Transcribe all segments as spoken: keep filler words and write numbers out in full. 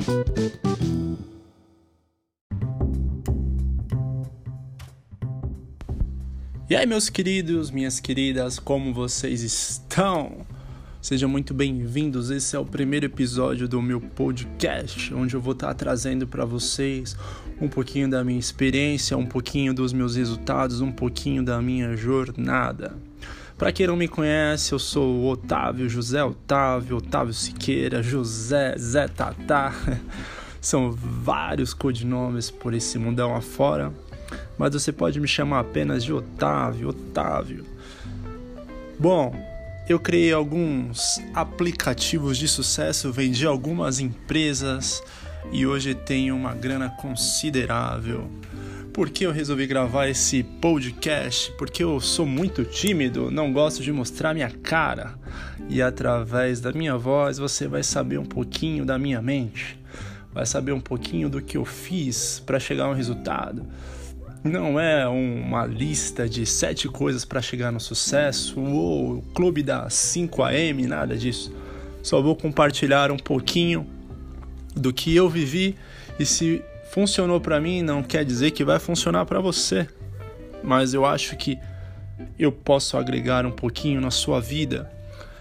E aí, meus queridos, minhas queridas, como vocês estão? Sejam muito bem-vindos. Esse é o primeiro episódio do meu podcast, onde eu vou estar trazendo para vocês um pouquinho da minha experiência, um pouquinho dos meus resultados, um pouquinho da minha jornada. Para quem não me conhece, eu sou o Otávio, José Otávio, Otávio Siqueira, José, Zé Tatá. São vários codinomes por esse mundão afora, mas você pode me chamar apenas de Otávio, Otávio. Bom, eu criei alguns aplicativos de sucesso, vendi algumas empresas e hoje tenho uma grana considerável. Por que eu resolvi gravar esse podcast? Porque eu sou muito tímido, não gosto de mostrar minha cara. E através da minha voz você vai saber um pouquinho da minha mente. Vai saber um pouquinho do que eu fiz para chegar a um resultado. Não é uma lista de sete coisas para chegar no sucesso ou o clube das cinco a m, nada disso. Só vou compartilhar um pouquinho do que eu vivi e se funcionou para mim não quer dizer que vai funcionar para você. Mas eu acho que eu posso agregar um pouquinho na sua vida.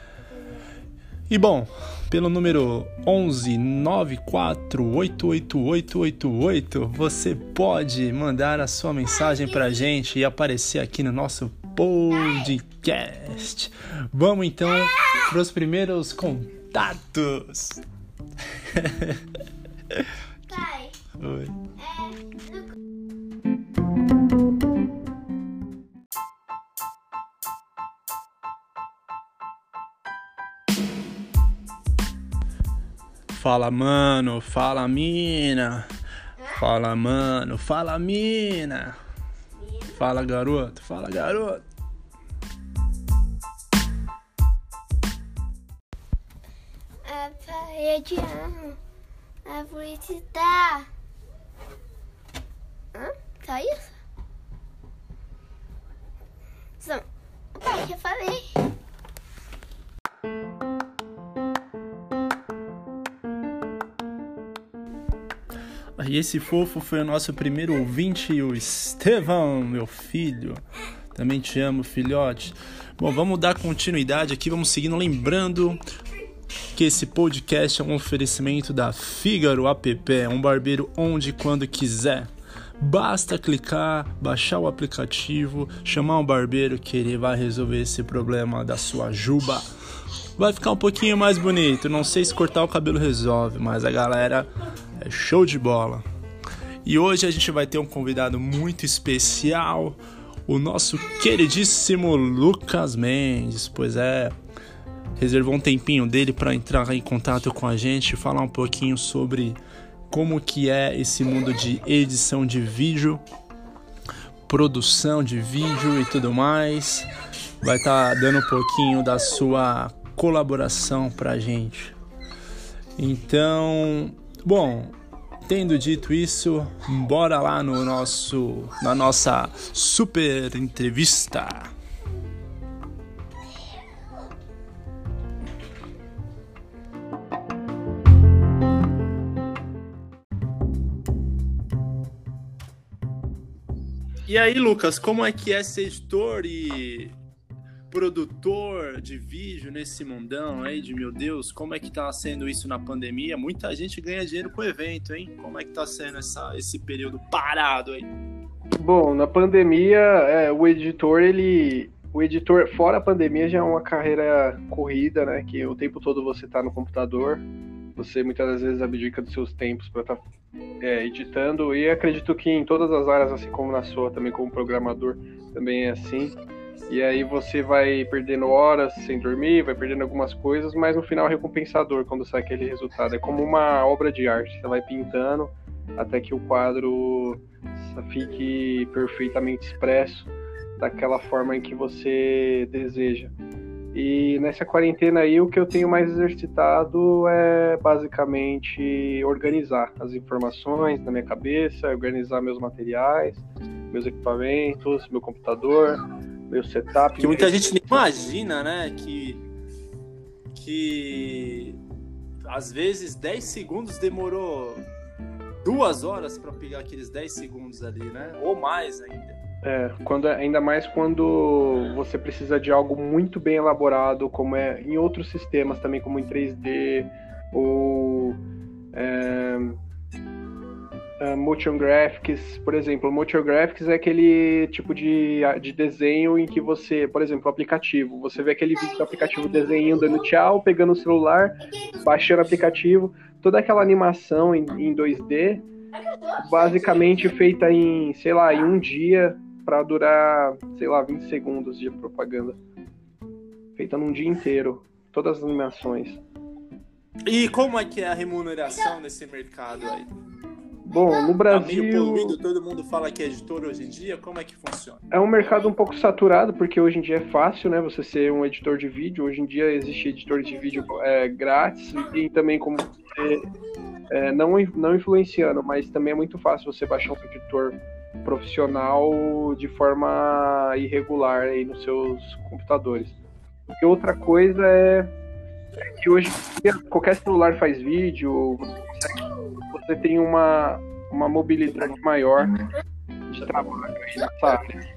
E bom, pelo número onze nove quatro oito oito oito oito oito, você pode mandar a sua mensagem pra gente e aparecer aqui no nosso podcast. Vamos então para os primeiros contatos. Pai, Oi. é, Fala, mano, fala, mina. Fala, mano, fala, mina. Fala, garoto, fala, garoto. é, pai, eu te amo. É por isso que tá. Hã? Só isso? Só... Pai, já falei. E esse fofo foi o nosso primeiro ouvinte, o Estevão, meu filho. Também te amo, filhote. Bom, vamos dar continuidade aqui, vamos seguindo. Lembrando que esse podcast é um oferecimento da Fígaro App, um barbeiro onde e quando quiser. Basta clicar, baixar o aplicativo, chamar um barbeiro que ele vai resolver esse problema da sua juba. Vai ficar um pouquinho mais bonito. Não sei se cortar o cabelo resolve, mas a galera é show de bola. E hoje a gente vai ter um convidado muito especial, o nosso queridíssimo Lucas Mendes. Pois é, reservou um tempinho dele para entrar em contato com a gente e falar um pouquinho sobre como que é esse mundo de edição de vídeo, produção de vídeo e tudo mais. Vai estar tá dando um pouquinho da sua colaboração pra gente. Então, bom, tendo dito isso, bora lá no nosso, na nossa super entrevista. E aí, Lucas, como é que é ser editor e produtor de vídeo nesse mundão aí de, meu Deus, como é que tá sendo isso na pandemia? Muita gente ganha dinheiro com o evento, hein? Como é que tá sendo essa, esse período parado aí? Bom, na pandemia, é, o editor, ele... O editor, fora a pandemia, já é uma carreira corrida, né? Que o tempo todo você tá no computador, você muitas das vezes abdica dos seus tempos para estar tá, é, editando, e acredito que em todas as áreas, assim como na sua, também como programador, também é assim. E aí você vai perdendo horas sem dormir, vai perdendo algumas coisas, mas no final é recompensador quando sai aquele resultado. É como uma obra de arte, você vai pintando até que o quadro fique perfeitamente expresso daquela forma em que você deseja. E nessa quarentena aí, o que eu tenho mais exercitado é basicamente organizar as informações na minha cabeça, organizar meus materiais, meus equipamentos, meu computador, meu setup. Que muita gente nem imagina, né, que, que às vezes dez segundos demorou duas horas pra pegar aqueles dez segundos ali, né? Ou mais ainda. É, quando, ainda mais quando você precisa de algo muito bem elaborado, como é em outros sistemas também, como em três D, ou é, é, Motion Graphics, por exemplo. Motion Graphics é aquele tipo de, de desenho em que você, por exemplo, o aplicativo, você vê aquele vídeo do aplicativo desenhando, dando tchau, pegando o celular, baixando o aplicativo, toda aquela animação em, em dois D, basicamente feita em, sei lá, em um dia, para durar, sei lá, vinte segundos de propaganda. Feita num dia inteiro. Todas as animações. E como é que é a remuneração nesse mercado aí? Bom, no Tá meio Brasil... poluído, todo mundo fala que é editor hoje em dia, como é que funciona? É um mercado um pouco saturado, porque hoje em dia é fácil, né, você ser um editor de vídeo. Hoje em dia existe editor de vídeo é, grátis, e também como você, é, não, não influenciando, mas também é muito fácil você baixar um editor profissional de forma irregular aí nos seus computadores. E outra coisa é que hoje em dia qualquer celular faz vídeo, você, você tem uma, uma mobilidade maior de trabalho aí nessa área.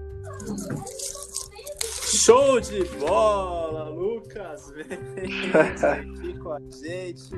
Show de bola, Lucas, vem aqui com a gente.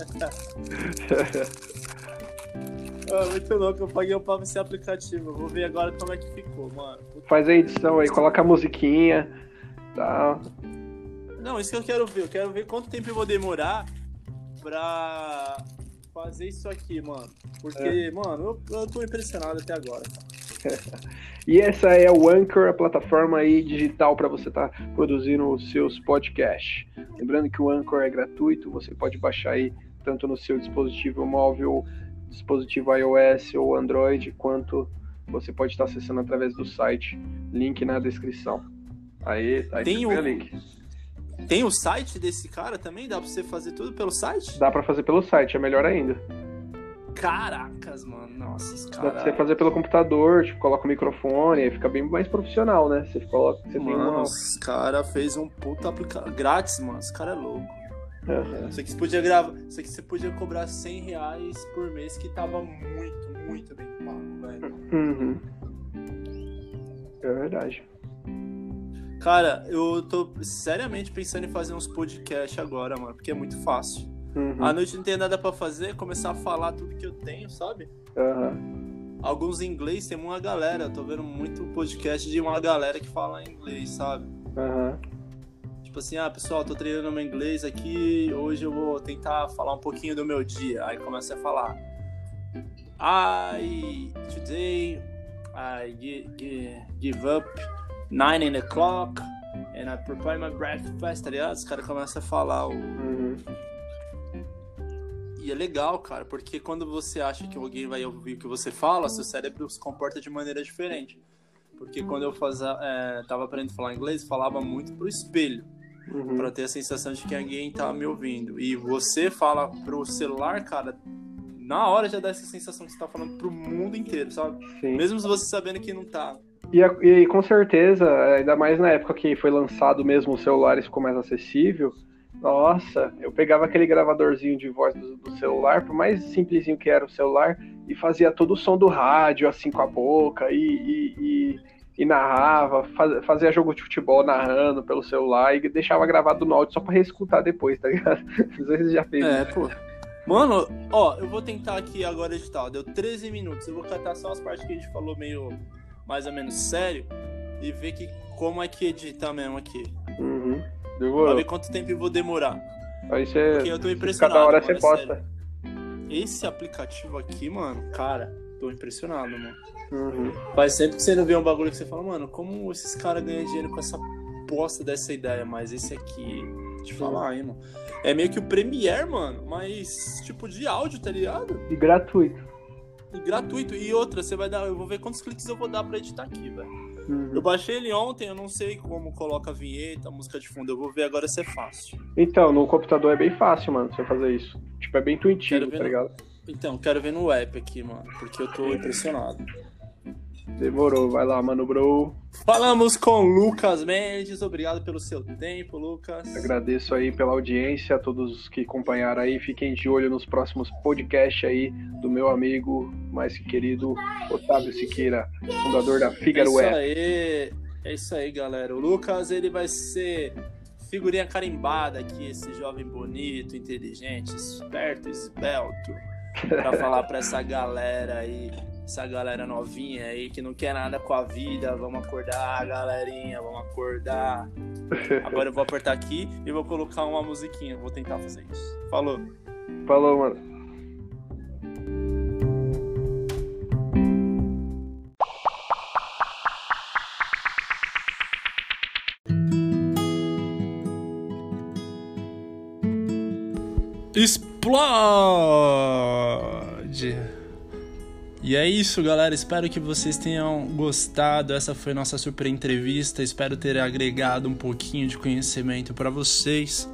Oh, muito louco, eu paguei o pau nesse aplicativo. Eu vou ver agora como é que ficou, mano. Puta. Faz a edição aí, coloca a musiquinha, tá? Não, isso que eu quero ver. Eu quero ver quanto tempo eu vou demorar pra fazer isso aqui, mano. Porque, é. mano, eu, eu tô impressionado até agora. E essa é o Anchor, a plataforma aí digital para você estar tá produzindo os seus podcasts. Lembrando que o Anchor é gratuito, você pode baixar aí tanto no seu dispositivo móvel, dispositivo iOS ou Android, quanto você pode estar acessando através do site. Link na descrição. Aí, aí tem o link. Tem o site desse cara também? Dá pra você fazer tudo pelo site? Dá pra fazer pelo site, é melhor ainda. Caracas, mano. Nossa, os Dá caras... pra você fazer pelo computador, tipo, coloca o microfone, aí fica bem mais profissional, né? Você coloca, você mano, tem uma... os caras fez um puta aplicativo grátis, mano. Os caras é louco. Uhum. Isso aqui você podia gravar, isso aqui você podia cobrar cem reais por mês, que tava muito, muito bem pago, velho. Uhum. É verdade. Cara, eu tô seriamente pensando em fazer uns podcasts agora, mano, porque é muito fácil. Uhum. À noite não tem nada pra fazer, começar a falar tudo que eu tenho, sabe? Uhum. Alguns em inglês, tem uma galera, eu tô vendo muito podcast de uma galera que fala inglês, sabe? Uhum. Tipo assim, ah, pessoal, tô treinando meu inglês aqui, hoje eu vou tentar falar um pouquinho do meu dia. Aí começa a falar, I, today, I give, give, give up nine in the clock, and I prepare my breakfast, tá ligado? Os caras começam a falar o... Uhum. E é legal, cara, porque quando você acha que alguém vai ouvir o que você fala, seu cérebro se comporta de maneira diferente. Porque quando eu fazia, é, tava aprendendo a falar inglês, falava muito pro espelho, uhum. pra ter a sensação de que alguém tá me ouvindo. E você fala pro celular, cara, na hora já dá essa sensação que você tá falando pro mundo inteiro, sabe? Sim. Mesmo você sabendo que não tá. E, e com certeza, ainda mais na época que foi lançado mesmo os celulares ficou mais acessível, nossa, eu pegava aquele gravadorzinho de voz do, do celular, por mais simplesinho que era o celular, e fazia todo o som do rádio, assim, com a boca, e, e, e, e narrava, faz, fazia jogo de futebol narrando pelo celular, e deixava gravado no áudio só pra reescutar depois, tá ligado? Às vezes já fez. É, pô. Mano, ó, eu vou tentar aqui agora editar, deu treze minutos, eu vou catar só as partes que a gente falou meio, mais ou menos sério, e ver que, como é que edita mesmo aqui. Uhum. Pra ver quanto tempo eu vou demorar. Aí você, porque eu tô impressionado. Cada hora mano, você é posta. Sério. Esse aplicativo aqui, mano, cara, tô impressionado, mano. Uhum. Faz tempo que você não vê um bagulho que você fala, mano, como esses caras ganham dinheiro com essa bosta dessa ideia, mas esse aqui, te falar, hein, mano. É meio que o Premiere, mano, mas tipo de áudio, tá ligado? E gratuito. E gratuito. E outra, você vai dar, eu vou ver quantos cliques eu vou dar pra editar aqui, velho. Uhum. Eu baixei ele ontem, eu não sei como coloca a vinheta, a música de fundo. Eu vou ver agora se é fácil. Então, no computador é bem fácil, mano, você fazer isso. Tipo, é bem intuitivo, tá no... ligado? Então, quero ver no app aqui, mano, porque eu tô impressionado. Demorou, vai lá, mano, bro. Falamos com Lucas Mendes, obrigado pelo seu tempo, Lucas. Agradeço aí pela audiência, a todos que acompanharam aí. Fiquem de olho nos próximos podcasts aí do meu amigo mais que querido Otávio Siqueira, fundador da Figaro É isso Web. aí, é isso aí, galera. O Lucas, ele vai ser figurinha carimbada aqui, esse jovem bonito, inteligente, esperto, esbelto, pra falar pra essa galera aí, essa galera novinha aí que não quer nada com a vida. Vamos acordar, galerinha, vamos acordar. Agora eu vou apertar aqui e vou colocar uma musiquinha, vou tentar fazer isso. Falou. Falou, mano. Explode! E é isso, galera. Espero que vocês tenham gostado. Essa foi nossa super entrevista. Espero ter agregado um pouquinho de conhecimento para vocês.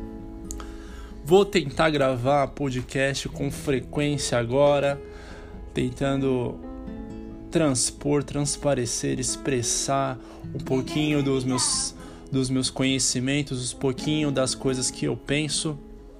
Vou tentar gravar podcast com frequência agora, tentando transpor, transparecer, expressar um pouquinho dos meus, dos meus conhecimentos, um pouquinho das coisas que eu penso.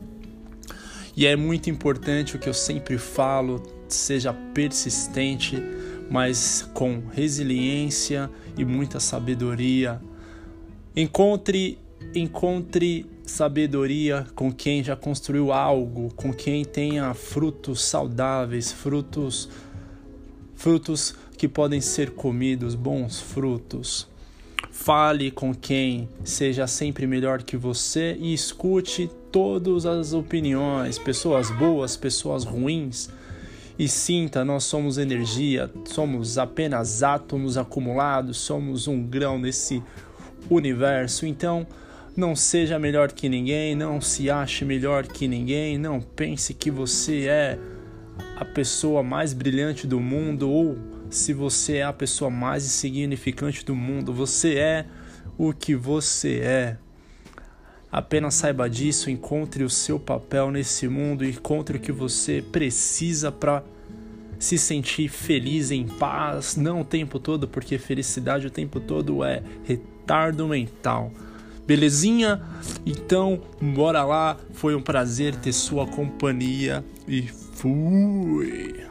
E é muito importante o que eu sempre falo, seja persistente, mas com resiliência e muita sabedoria. Encontre, encontre sabedoria com quem já construiu algo, com quem tenha frutos saudáveis, frutos, frutos que podem ser comidos, bons frutos. Fale com quem seja sempre melhor que você e escute todas as opiniões, pessoas boas, pessoas ruins. E sinta, nós somos energia, somos apenas átomos acumulados, somos um grão nesse universo. Então, não seja melhor que ninguém, não se ache melhor que ninguém, não pense que você é a pessoa mais brilhante do mundo ou se você é a pessoa mais insignificante do mundo. Você é o que você é. Apenas saiba disso, encontre o seu papel nesse mundo, encontre o que você precisa para se sentir feliz, em paz, não o tempo todo, porque felicidade o tempo todo é retardo mental. Belezinha? Então, bora lá, foi um prazer ter sua companhia e fui!